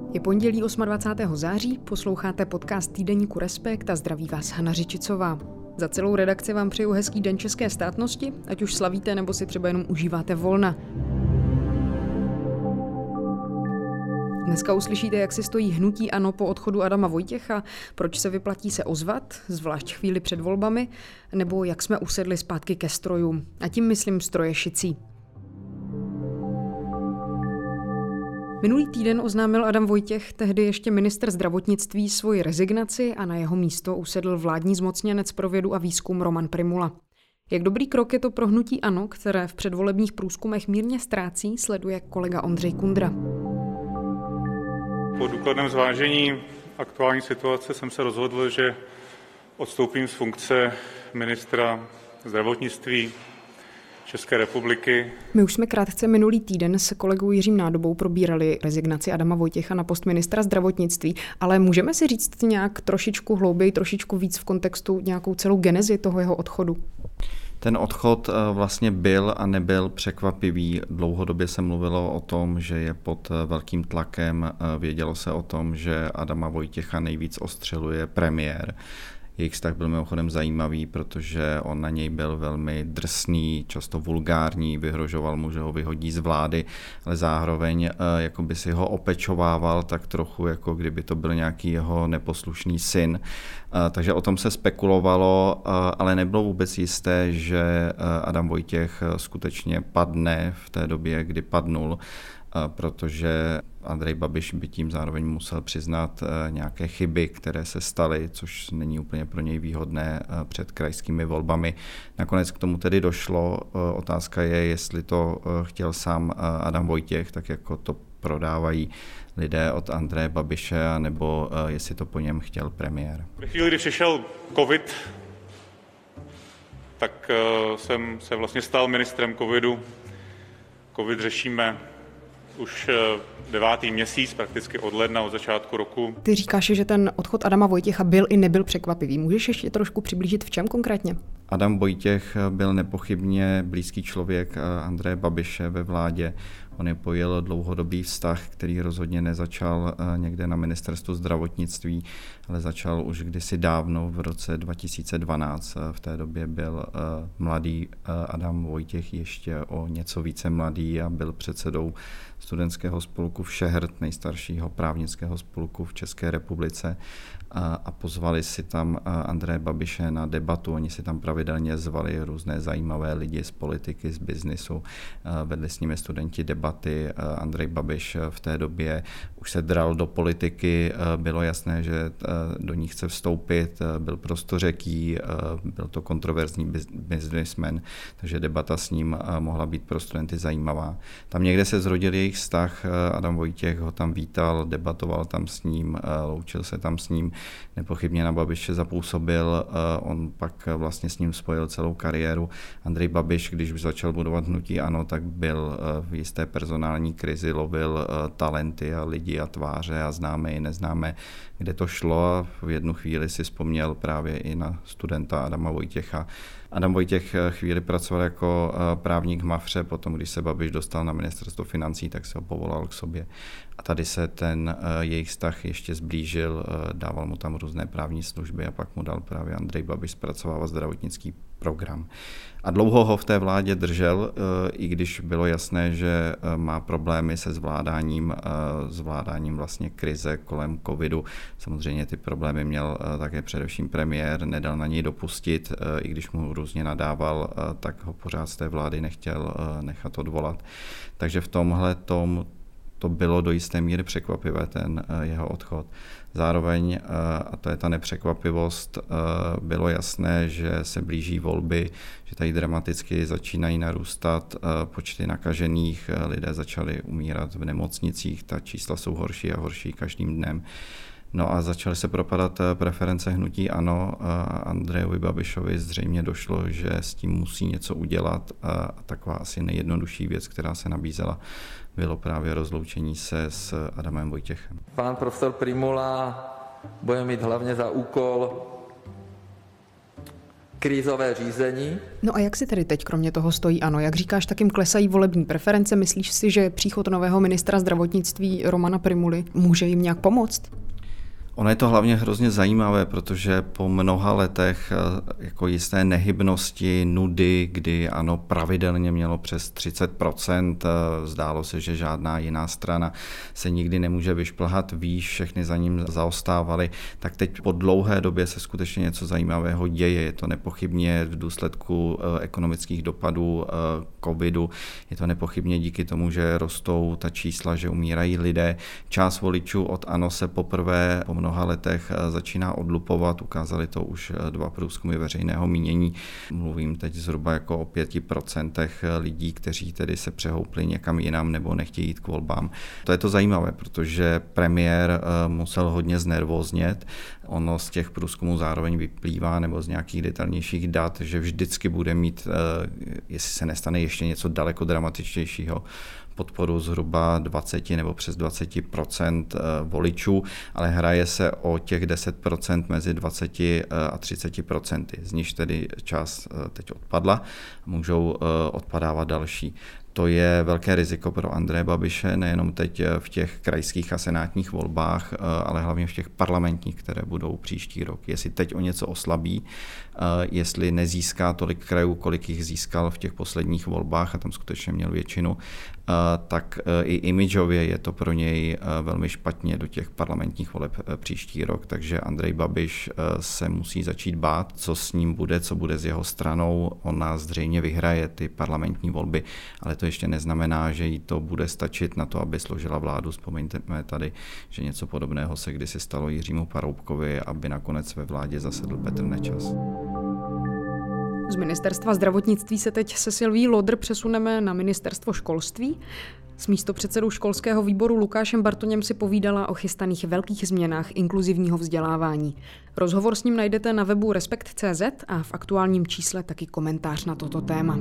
Je pondělí 28. září, posloucháte podcast týdeníku Respekt a zdraví vás Hana Řičicová. Za celou redakci vám přeju hezký den české státnosti, ať už slavíte nebo si třeba jenom užíváte volna. Dneska uslyšíte, jak si stojí hnutí ANO po odchodu Adama Vojtěcha, proč se vyplatí se ozvat, zvlášť chvíli před volbami, nebo jak jsme usedli zpátky ke strojům. A tím myslím stroje šicí. Minulý týden oznámil Adam Vojtěch, tehdy ještě ministr zdravotnictví, svoji rezignaci a na jeho místo usedl vládní zmocněnec pro vědu a výzkum Roman Prymula. Jak dobrý krok je to pro hnutí ANO, které v předvolebních průzkumech mírně ztrácí, sleduje kolega Ondřej Kundra. Po důkladném zvážení aktuální situace jsem se rozhodl, že odstoupím z funkce ministra zdravotnictví České republiky. My už jsme krátce minulý týden s kolegou Jiřím Nádobou probírali rezignaci Adama Vojtěcha na post ministra zdravotnictví, ale můžeme si říct nějak trošičku hlouběji, trošičku víc v kontextu nějakou celou genezi toho jeho odchodu? Ten odchod vlastně byl a nebyl překvapivý. Dlouhodobě se mluvilo o tom, že je pod velkým tlakem. Vědělo se o tom, že Adama Vojtěcha nejvíc ostřeluje premiér. Jejich vztah byl mimochodem zajímavý, protože on na něj byl velmi drsný, často vulgární, vyhrožoval mu, že ho vyhodí z vlády, ale zároveň jako by si ho opečovával tak trochu, jako kdyby to byl nějaký jeho neposlušný syn. Takže o tom se spekulovalo, ale nebylo vůbec jisté, že Adam Vojtěch skutečně padne v té době, kdy padnul, protože Andrej Babiš by tím zároveň musel přiznat nějaké chyby, které se staly, což není úplně pro něj výhodné před krajskými volbami. Nakonec k tomu tedy došlo. Otázka je, jestli to chtěl sám Adam Vojtěch, tak jako to prodávají lidé od Andreje Babiše, nebo jestli to po něm chtěl premiér. Ve chvíli, kdy přišel covid, tak jsem se vlastně stal ministrem covidu. Covid řešíme už 9. měsíc, prakticky od ledna, od začátku roku. Ty říkáš, že ten odchod Adama Vojtěcha byl i nebyl překvapivý. Můžeš ještě trošku přiblížit, v čem konkrétně? Adam Vojtěch byl nepochybně blízký člověk Andreje Babiše ve vládě. On je pojil dlouhodobý vztah, který rozhodně nezačal někde na ministerstvu zdravotnictví, ale začal už kdysi dávno v roce 2012. V té době byl mladý Adam Vojtěch ještě o něco více mladý a byl předsedou studentského spolku Všehrd, nejstaršího právnického spolku v České republice, a pozvali si tam Andreje Babiše na debatu. Oni si tam pravidelně zvali různé zajímavé lidi z politiky, z biznisu, vedli s nimi studenti debaty. Andrej Babiš v té době už se dral do politiky, bylo jasné, že do ní chce vstoupit, byl prostořeký, byl to kontroverzní biznismen, takže debata s ním mohla být pro studenty zajímavá. Tam někde se zrodil jejich vztah, Adam Vojtěch ho tam vítal, debatoval tam s ním, loučil se tam s ním, nepochybně na Babiše zapůsobil, on pak vlastně s ním spojil celou kariéru. Andrej Babiš, když začal budovat hnutí ANO, tak byl v jisté personální krizi, lovil talenty a lidi a tváře a známe i neznáme, kde to šlo, a v jednu chvíli si vzpomněl právě i na studenta Adama Vojtěcha. Adam Vojtěch chvíli pracoval jako právník v Mafře, potom když se Babiš dostal na ministerstvo financí, tak se ho povolal k sobě. A tady se ten jejich vztah ještě zblížil, dával mu tam různé právní služby a pak mu dal právě Andrej Babiš zpracovávat zdravotnický program. A dlouho ho v té vládě držel, i když bylo jasné, že má problémy se zvládáním vlastně krize kolem covidu. Samozřejmě ty problémy měl také především premiér, nedal na něj dopustit, i když mu různě nadával, tak ho pořád z té vlády nechtěl nechat odvolat. Takže v tomhle to bylo do jisté míry překvapivé, ten jeho odchod. Zároveň, a to je ta nepřekvapivost, bylo jasné, že se blíží volby, že tady dramaticky začínají narůstat počty nakažených, lidé začali umírat v nemocnicích, ta čísla jsou horší a horší každým dnem. No a začaly se propadat preference hnutí ANO. Andrejovi Babišovi zřejmě došlo, že s tím musí něco udělat, a taková asi nejjednodušší věc, která se nabízela, bylo právě rozloučení se s Adamem Vojtěchem. Pán profesor Prymula bude mít hlavně za úkol krizové řízení. No a jak si tedy teď kromě toho stojí ANO? Jak říkáš, tak jim klesají volební preference. Myslíš si, že příchod nového ministra zdravotnictví Romana Prymuly může jim nějak pomoct? Ono je to hlavně hrozně zajímavé, protože po mnoha letech jako jisté nehybnosti, nudy, kdy ANO pravidelně mělo přes 30%, zdálo se, že žádná jiná strana se nikdy nemůže vyšplhat výš, všechny za ním zaostávali, tak teď po dlouhé době se skutečně něco zajímavého děje. Je to nepochybně v důsledku ekonomických dopadů covidu, je to nepochybně díky tomu, že rostou ta čísla, že umírají lidé. Část voličů od ANO se poprvé po mnoha letech začíná odlupovat, ukázali to už 2 průzkumy veřejného mínění. Mluvím teď zhruba jako o 5% lidí, kteří tedy se přehoupli někam jinam nebo nechtějí jít k volbám. To je to zajímavé, protože premiér musel hodně znervóznět. Ono z těch průzkumů zároveň vyplývá nebo z nějakých detailnějších dat, že vždycky bude mít, jestli se nestane ještě něco daleko dramatičtějšího, podporu zhruba 20 nebo přes 20% voličů, ale hraje se o těch 10% mezi 20 a 30%, z nichž tedy část teď odpadla, můžou odpadávat další. To je velké riziko pro Andreje Babiše, nejenom teď v těch krajských a senátních volbách, ale hlavně v těch parlamentních, které budou příští rok. Jestli teď o něco oslabí, jestli nezíská tolik krajů, kolik jich získal v těch posledních volbách, a tam skutečně měl většinu, tak i imidžově je to pro něj velmi špatně do těch parlamentních voleb příští rok, takže Andrej Babiš se musí začít bát, co s ním bude, co bude s jeho stranou. On nás zřejmě vyhraje ty parlamentní volby, ale to ještě neznamená, že jí to bude stačit na to, aby složila vládu. Vzpomeňte tady, že něco podobného se kdysi stalo Jiřímu Paroubkovi, aby nakonec ve vládě zasedl Petr Nečas. Z ministerstva zdravotnictví se teď se Silví Lodr přesuneme na ministerstvo školství. S místopředsedou školského výboru Lukášem Bartoněm si povídala o chystaných velkých změnách inkluzivního vzdělávání. Rozhovor s ním najdete na webu Respekt.cz a v aktuálním čísle taky komentář na toto téma.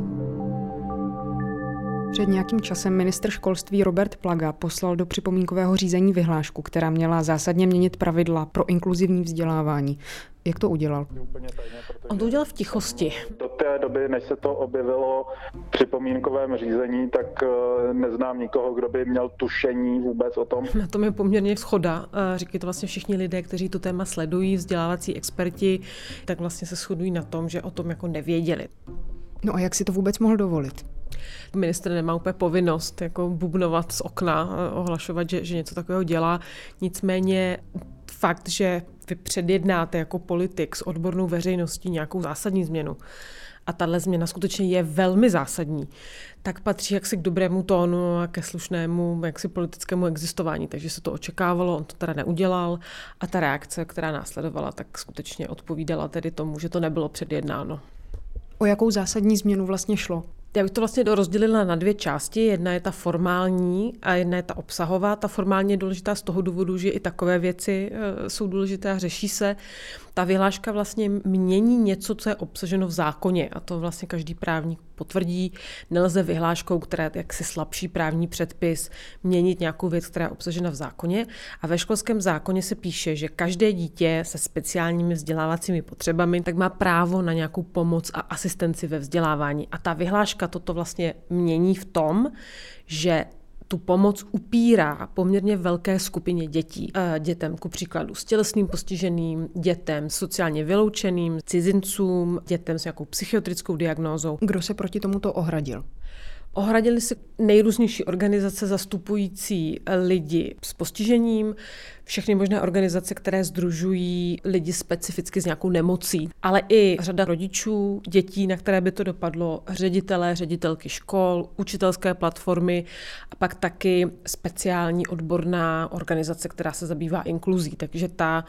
Před nějakým časem ministr školství Robert Plaga poslal do připomínkového řízení vyhlášku, která měla zásadně měnit pravidla pro inkluzivní vzdělávání. Jak to udělal? On to udělal v tichosti. Do té doby, než se to objevilo v připomínkovém řízení, tak neznám nikoho, kdo by měl tušení vůbec o tom. Na tom je poměrně shoda. Říkají to vlastně všichni lidé, kteří to téma sledují, vzdělávací experti, tak vlastně se shodují na tom, že o tom jako nevěděli. No a jak si to vůbec mohl dovolit? Ministr nemá úplně povinnost jako bubnovat z okna, ohlašovat, že něco takového dělá. Nicméně fakt, že vy předjednáte jako politik s odbornou veřejností nějakou zásadní změnu a tahle změna skutečně je velmi zásadní, tak patří jaksi k dobrému tónu a ke slušnému jaksi politickému existování. Takže se to očekávalo, on to teda neudělal a ta reakce, která následovala, tak skutečně odpovídala tedy tomu, že to nebylo předjednáno. O jakou zásadní změnu vlastně šlo? Já bych to vlastně rozdělila na 2 části. Jedna je ta formální a jedna je ta obsahová. Ta formální je důležitá z toho důvodu, že i takové věci jsou důležité a řeší se. Ta vyhláška vlastně mění něco, co je obsaženo v zákoně a to vlastně každý právník potvrdí. Nelze vyhláškou, která je jaksi slabší právní předpis, měnit nějakou věc, která je obsažena v zákoně. A ve školském zákoně se píše, že každé dítě se speciálními vzdělávacími potřebami tak má právo na nějakou pomoc a asistenci ve vzdělávání. A ta vyhláška toto vlastně mění v tom, že tu pomoc upírá poměrně velké skupině dětí. Dětem ku příkladu s tělesným postižením, dětem sociálně vyloučeným, cizincům, dětem s nějakou psychiatrickou diagnózou. Kdo se proti tomuto ohradil? Ohradili se nejrůznější organizace zastupující lidi s postižením, všechny možné organizace, které sdružují lidi specificky s nějakou nemocí, ale i řada rodičů, dětí, na které by to dopadlo, ředitelé, ředitelky škol, učitelské platformy a pak taky speciální odborná organizace, která se zabývá inkluzí. Takže ta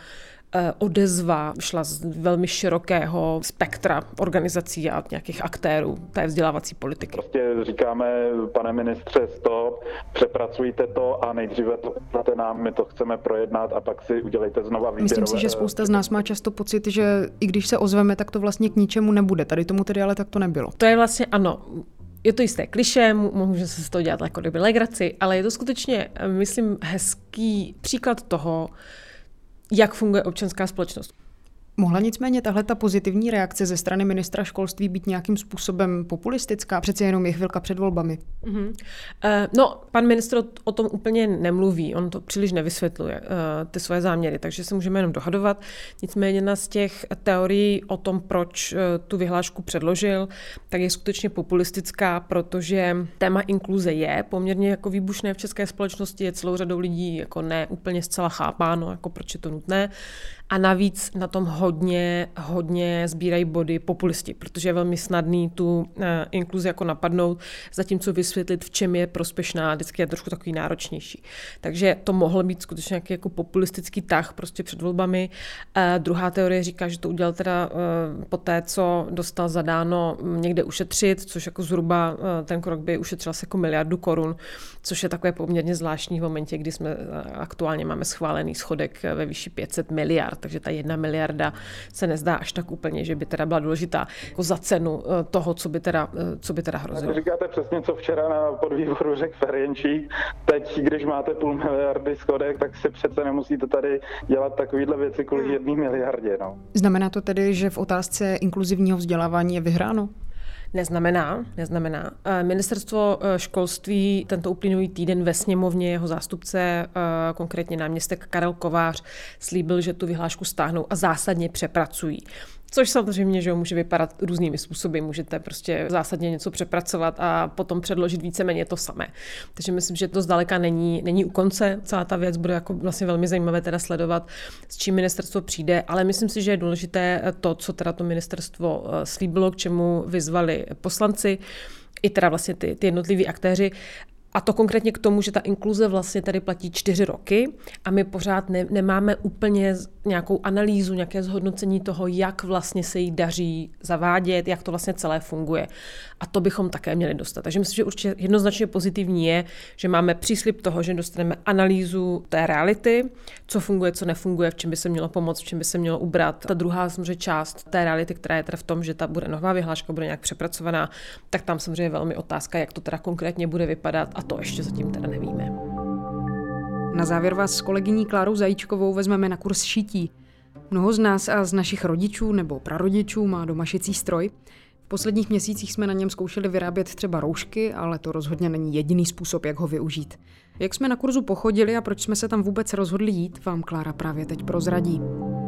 odezva šla z velmi širokého spektra organizací a nějakých aktérů té vzdělávací politiky. Prostě říkáme, pane ministře, stop, přepracujte to a nejdříve to dáte nám, my to chceme projednat a pak si udělejte znova výběrové. Myslím si, že spousta z nás má často pocit, že i když se ozveme, tak to vlastně k ničemu nebude. Tady tomu tedy ale tak to nebylo. To je vlastně ano. Je to jisté klišé, může se z toho dělat jako kdyby legraci, ale je to skutečně, myslím, hezký příklad toho, jak funguje občanská společnost. Mohla nicméně tahleta pozitivní reakce ze strany ministra školství být nějakým způsobem populistická? Přece jenom je chvilka před volbami. No, pan ministr o tom úplně nemluví, on to příliš nevysvětluje, ty svoje záměry, takže se můžeme jenom dohadovat. Nicméně jedna z těch teorií o tom, proč tu vyhlášku předložil, tak je skutečně populistická, protože téma inkluze je poměrně jako výbušné v české společnosti, je celou řadou lidí jako ne úplně zcela chápáno, jako proč je to nutné. A navíc na tom hodně sbírají body populisti, protože je velmi snadný tu inkluzi jako napadnout, zatímco vysvětlit, v čem je prospěšná, vždycky je trošku takový náročnější. Takže to mohlo být skutečně nějaký jako populistický tah prostě před volbami. Druhá teorie říká, že to udělal teda po té, co dostal zadáno někde ušetřit, což jako zhruba ten krok by ušetřil asi jako 1 miliardu korun, což je takové poměrně zvláštní v momentě, kdy jsme aktuálně máme schválený schodek ve výši 500 miliard. Takže ta 1 miliarda se nezdá až tak úplně, že by teda byla důležitá jako za cenu toho, co by teda hrozilo. Říkáte přesně, co včera na podvýboru řekl Ferjenčík. Teď, když máte 0,5 miliardy schodek, tak si přece nemusíte tady dělat takovýhle věci kvůli 1 miliardě. No. Znamená to tedy, že v otázce inkluzivního vzdělávání je vyhráno? Neznamená. Ministerstvo školství tento uplynulý týden ve sněmovně jeho zástupce, konkrétně náměstek Karel Kovář, slíbil, že tu vyhlášku stáhnou a zásadně přepracují. Což samozřejmě, že může vypadat různými způsoby. Můžete prostě zásadně něco přepracovat a potom předložit víceméně to samé. Takže myslím, že to zdaleka není u konce. Celá ta věc bude jako vlastně velmi zajímavé teda sledovat, s čím ministerstvo přijde, ale myslím si, že je důležité to, co teda to ministerstvo slíbilo, k čemu vyzvali poslanci, i teda vlastně ty jednotliví aktéři. A to konkrétně k tomu, že ta inkluze vlastně tady platí 4 roky a my pořád nemáme úplně nějakou analýzu, nějaké zhodnocení toho, jak vlastně se jí daří zavádět, jak to vlastně celé funguje. A to bychom také měli dostat. Takže myslím, že určitě jednoznačně pozitivní je, že máme příslib toho, že dostaneme analýzu té reality, co funguje, co nefunguje, v čem by se mělo pomoct, v čem by se mělo ubrat. Ta druhá samozřejmě část té reality, která je teda v tom, že ta bude nová vyhláška, bude nějak přepracovaná, tak tam samozřejmě je velmi otázka, jak to teda konkrétně bude vypadat. A to ještě zatím teda nevíme. Na závěr vás s kolegyní Klárou Zajíčkovou vezmeme na kurz šití. Mnoho z nás a z našich rodičů nebo prarodičů má doma šicí stroj. V posledních měsících jsme na něm zkoušeli vyrábět třeba roušky, ale to rozhodně není jediný způsob, jak ho využít. Jak jsme na kurzu pochodili a proč jsme se tam vůbec rozhodli jít, vám Klára právě teď prozradí.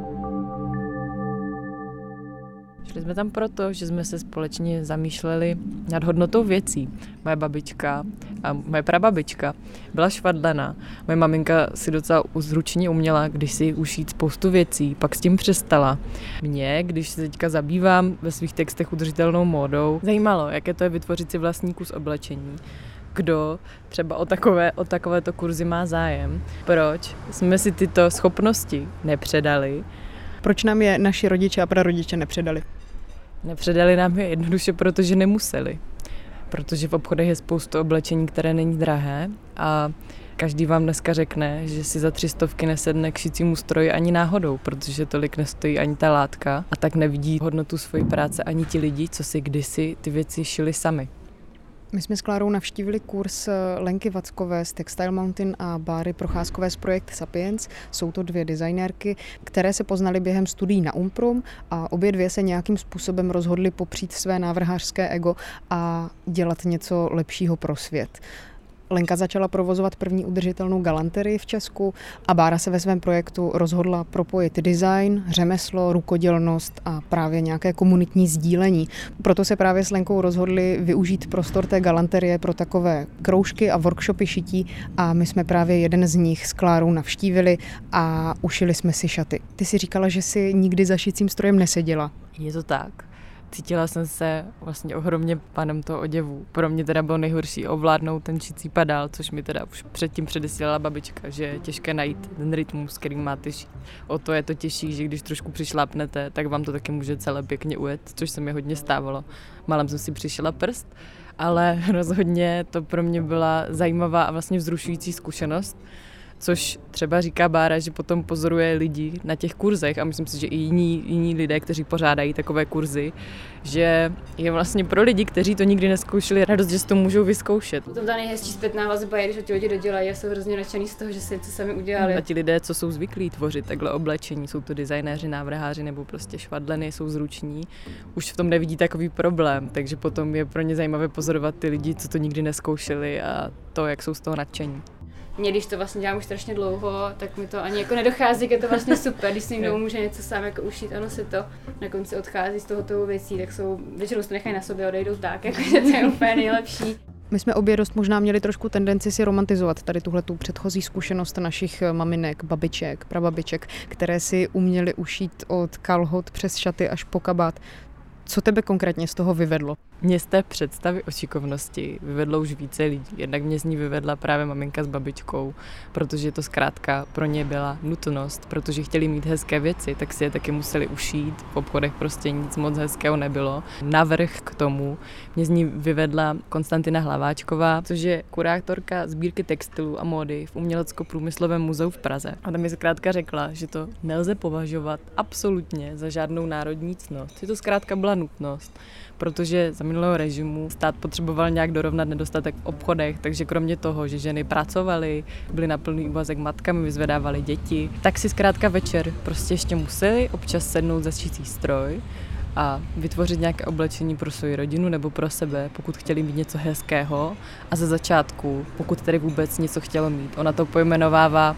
Šli jsme tam proto, že jsme se společně zamýšleli nad hodnotou věcí. Moje babička a moje prababička byla švadlena. Moje maminka si docela zručně uměla, když si ušít spoustu věcí, pak s tím přestala. Mě, když se teďka zabývám ve svých textech udržitelnou módou, zajímalo, jaké to je vytvořit si vlastní kus oblečení. Kdo třeba o takovéto kurzy má zájem. Proč jsme si tyto schopnosti nepředali. Proč nám je naši rodiče a prarodiče nepředali? Nepředali nám je jednoduše, protože nemuseli. Protože v obchodech je spoustu oblečení, které není drahé a každý vám dneska řekne, že si za 300 nesedne k šicímu stroji ani náhodou, protože tolik nestojí ani ta látka a tak nevidí hodnotu svojí práce ani ti lidi, co si kdysi ty věci šili sami. My jsme s Klárou navštívili kurz Lenky Vackové z Textile Mountain a Báry Procházkové z Projekt Sapiens. Jsou to 2 designérky, které se poznaly během studií na Umprum a obě 2 se nějakým způsobem rozhodly popřít své návrhářské ego a dělat něco lepšího pro svět. Lenka začala provozovat první udržitelnou galanterii v Česku a Bára se ve svém projektu rozhodla propojit design, řemeslo, rukodělnost a právě nějaké komunitní sdílení. Proto se právě s Lenkou rozhodli využít prostor té galanterie pro takové kroužky a workshopy šití a my jsme právě jeden z nich s Klárou navštívili a ušili jsme si šaty. Ty si říkala, že si nikdy za šicím strojem neseděla. Je to tak. Cítila jsem se vlastně ohromně panem toho oděvu. Pro mě teda bylo nejhorší ovládnout ten šicí padál, což mi teda už předtím předesílala babička, že je těžké najít ten rytmus, který máte šít. O to je to těžší, že když trošku přišlápnete, tak vám to taky může celé pěkně ujet, což se mi hodně stávalo. Málem jsem si přišila prst, ale rozhodně to pro mě byla zajímavá a vlastně vzrušující zkušenost. Což třeba říká Bára, že potom pozoruje lidi na těch kurzech a myslím si, že i jiní lidé, kteří pořádají takové kurzy, že je vlastně pro lidi, kteří to nikdy nezkoušeli, radost, že si to můžou vyzkoušet. Potom ta nejhezčí zpětná vazba je, když ti lidi dodělají a jsou hrozně nadšený z toho, že si něco sami udělali. A ti lidé, co jsou zvyklí tvořit takhle oblečení, jsou to designéři, návrháři nebo prostě švadleny, jsou zruční, už v tom nevidí takový problém, takže potom je pro ně zajímavé pozorovat ty lidi, co to nikdy nezkoušeli a to, jak jsou z toho nadšení. Mně, když to vlastně dělám už strašně dlouho, tak mi to ani jako nedochází, je to vlastně super, když si někdo může něco sám jako ušít a nosit to, na konci odchází z toho věcí, tak jsou, většinou to nechají na sobě, odejdou tak, jakože to je úplně nejlepší. My jsme obě dost možná měli trošku tendenci si romantizovat tady tuhletu předchozí zkušenost našich maminek, babiček, prababiček, které si uměly ušít od kalhot přes šaty až po kabát. Co tebe konkrétně z toho vyvedlo? Mě z té představy o šikovnosti vyvedlo už více lidí. Jednak mě z ní vyvedla právě maminka s babičkou, protože to zkrátka pro ně byla nutnost, protože chtěli mít hezké věci, tak si je taky museli ušít. V obchodech prostě nic moc hezkého nebylo. Navrch k tomu mě z ní vyvedla Konstantina Hlaváčková, což je kurátorka sbírky textilů a módy v Umělecko-průmyslovém muzeu v Praze. A tam mi zkrátka řekla, že to nelze považovat absolutně za žádnou národní ctnost. Že to zkrátka byla nutnost, protože za minulého režimu stát potřeboval nějak dorovnat nedostatek v obchodech, takže kromě toho, že ženy pracovaly, byly na plný úvazek matkami, vyzvedávaly děti, tak si zkrátka večer prostě ještě museli občas sednout za šicí stroj a vytvořit nějaké oblečení pro svou rodinu nebo pro sebe, pokud chtěli mít něco hezkého a ze začátku, pokud tedy vůbec něco chtělo mít. Ona to pojmenovává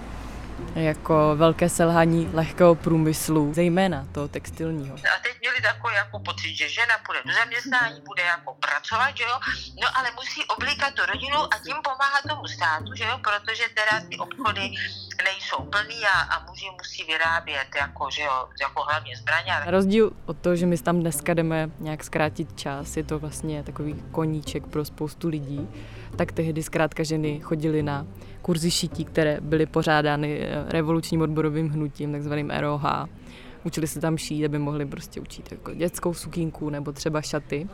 jako velké selhání lehkého průmyslu, zejména toho textilního. A teď měli takový jako pocit, že žena půjde do zaměstnání, bude jako pracovat, že jo, no ale musí oblíkat tu rodinu a tím pomáhat tomu státu, že jo, protože teda ty obchody nejsou plný a muži musí vyrábět jako, že jo, jako hlavně zbraně. Na rozdíl od toho, že my tam dneska jdeme nějak zkrátit čas, je to vlastně takový koníček pro spoustu lidí, tak tehdy zkrátka ženy chodily na kurzy šití, které byly pořádány revolučním odborovým hnutím, takzvaným ROH. Učili se tam šít, aby mohli prostě učit jako dětskou sukínku nebo třeba šaty.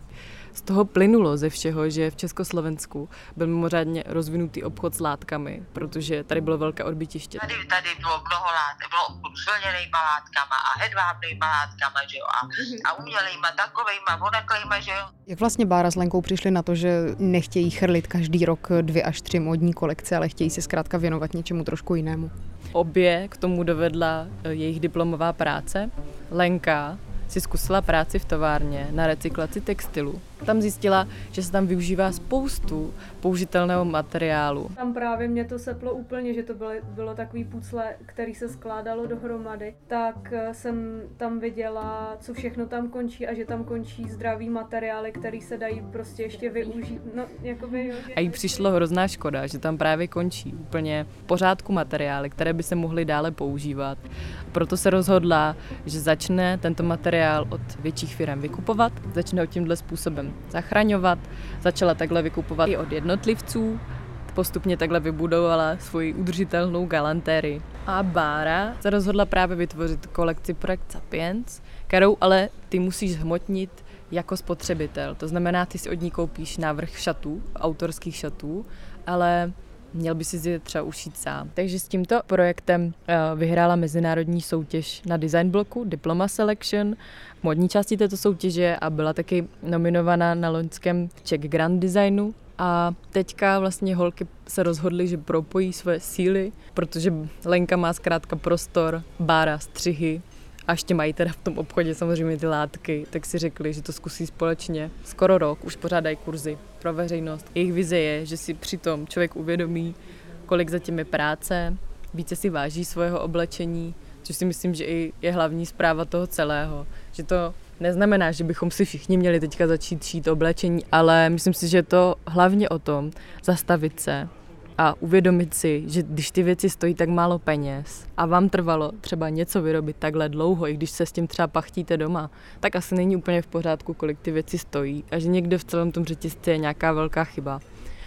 Z toho plynulo ze všeho, že v Československu byl mimořádně rozvinutý obchod s látkami, protože tady bylo velké odbytiště. Tady bylo mnoho látek, bylo obchod s vlněnejma látkama a hedvábnejma látkama, že jo, a umělejma, takovejma, onaklejma, že jo. Jak vlastně Bára s Lenkou přišli na to, že nechtějí chrlit každý rok 2 až 3 módní kolekce, ale chtějí se zkrátka věnovat něčemu trošku jinému? Obě k tomu dovedla jejich diplomová práce. Lenka si zkusila práci v továrně na recyklaci textilu. Tam zjistila, že se tam využívá spoustu použitelného materiálu. Tam právě mě to seplo úplně, že to bylo takový pucle, který se skládalo dohromady. Tak jsem tam viděla, co všechno tam končí a že tam končí zdravý materiály, který se dají prostě ještě využít. No, jakoby, jo, a jí přišlo hrozná škoda, že tam právě končí úplně v pořádku materiály, které by se mohly dále používat. Proto se rozhodla, že začne tento materiál od větších firm vykupovat, začne ho tímhle způsobem zachraňovat, začala takhle vykupovat i od jednotlivců, postupně takhle vybudovala svoji udržitelnou galantérii. A Bára se rozhodla právě vytvořit kolekci Projekt Sapiens, kterou ale ty musíš zhmotnit jako spotřebitel. To znamená, ty si od ní koupíš návrh šatů, autorských šatů, ale měl by si je třeba ušít sám. Takže s tímto projektem vyhrála mezinárodní soutěž na design bloku Diploma Selection, modní části této soutěže a byla taky nominovaná na loňském Czech Grand Designu. A teďka vlastně holky se rozhodly, že propojí své síly, protože Lenka má zkrátka prostor, Bára střihy a ještě mají teda v tom obchodě samozřejmě ty látky, tak si řekli, že to zkusí společně. Skoro rok už pořádají kurzy pro veřejnost. Jejich vize je, že si přitom člověk uvědomí, kolik zatím je práce, více si váží svého oblečení, což si myslím, že i je hlavní zpráva toho celého. Že to neznamená, že bychom si všichni měli teďka začít šít oblečení, ale myslím si, že je to hlavně o tom zastavit se a uvědomit si, že když ty věci stojí tak málo peněz a vám trvalo třeba něco vyrobit takhle dlouho, i když se s tím třeba pachtíte doma, tak asi není úplně v pořádku, kolik ty věci stojí a že někde v celém tom řetězci je nějaká velká chyba.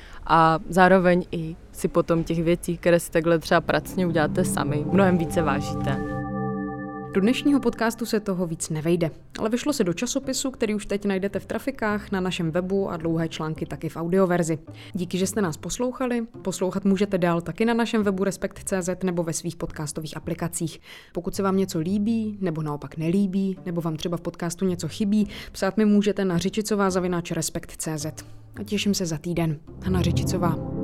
A zároveň i si potom těch věcí, které si takhle třeba pracně uděláte sami, mnohem více vážíte. Do dnešního podcastu se toho víc nevejde, ale vyšlo se do časopisu, který už teď najdete v trafikách, na našem webu a dlouhé články taky v audioverzi. Díky, že jste nás poslouchali. Poslouchat můžete dál taky na našem webu Respekt.cz nebo ve svých podcastových aplikacích. Pokud se vám něco líbí, nebo naopak nelíbí, nebo vám třeba v podcastu něco chybí, psát mi můžete na řičicová@respekt.cz. A těším se za týden. Hana Řičicová.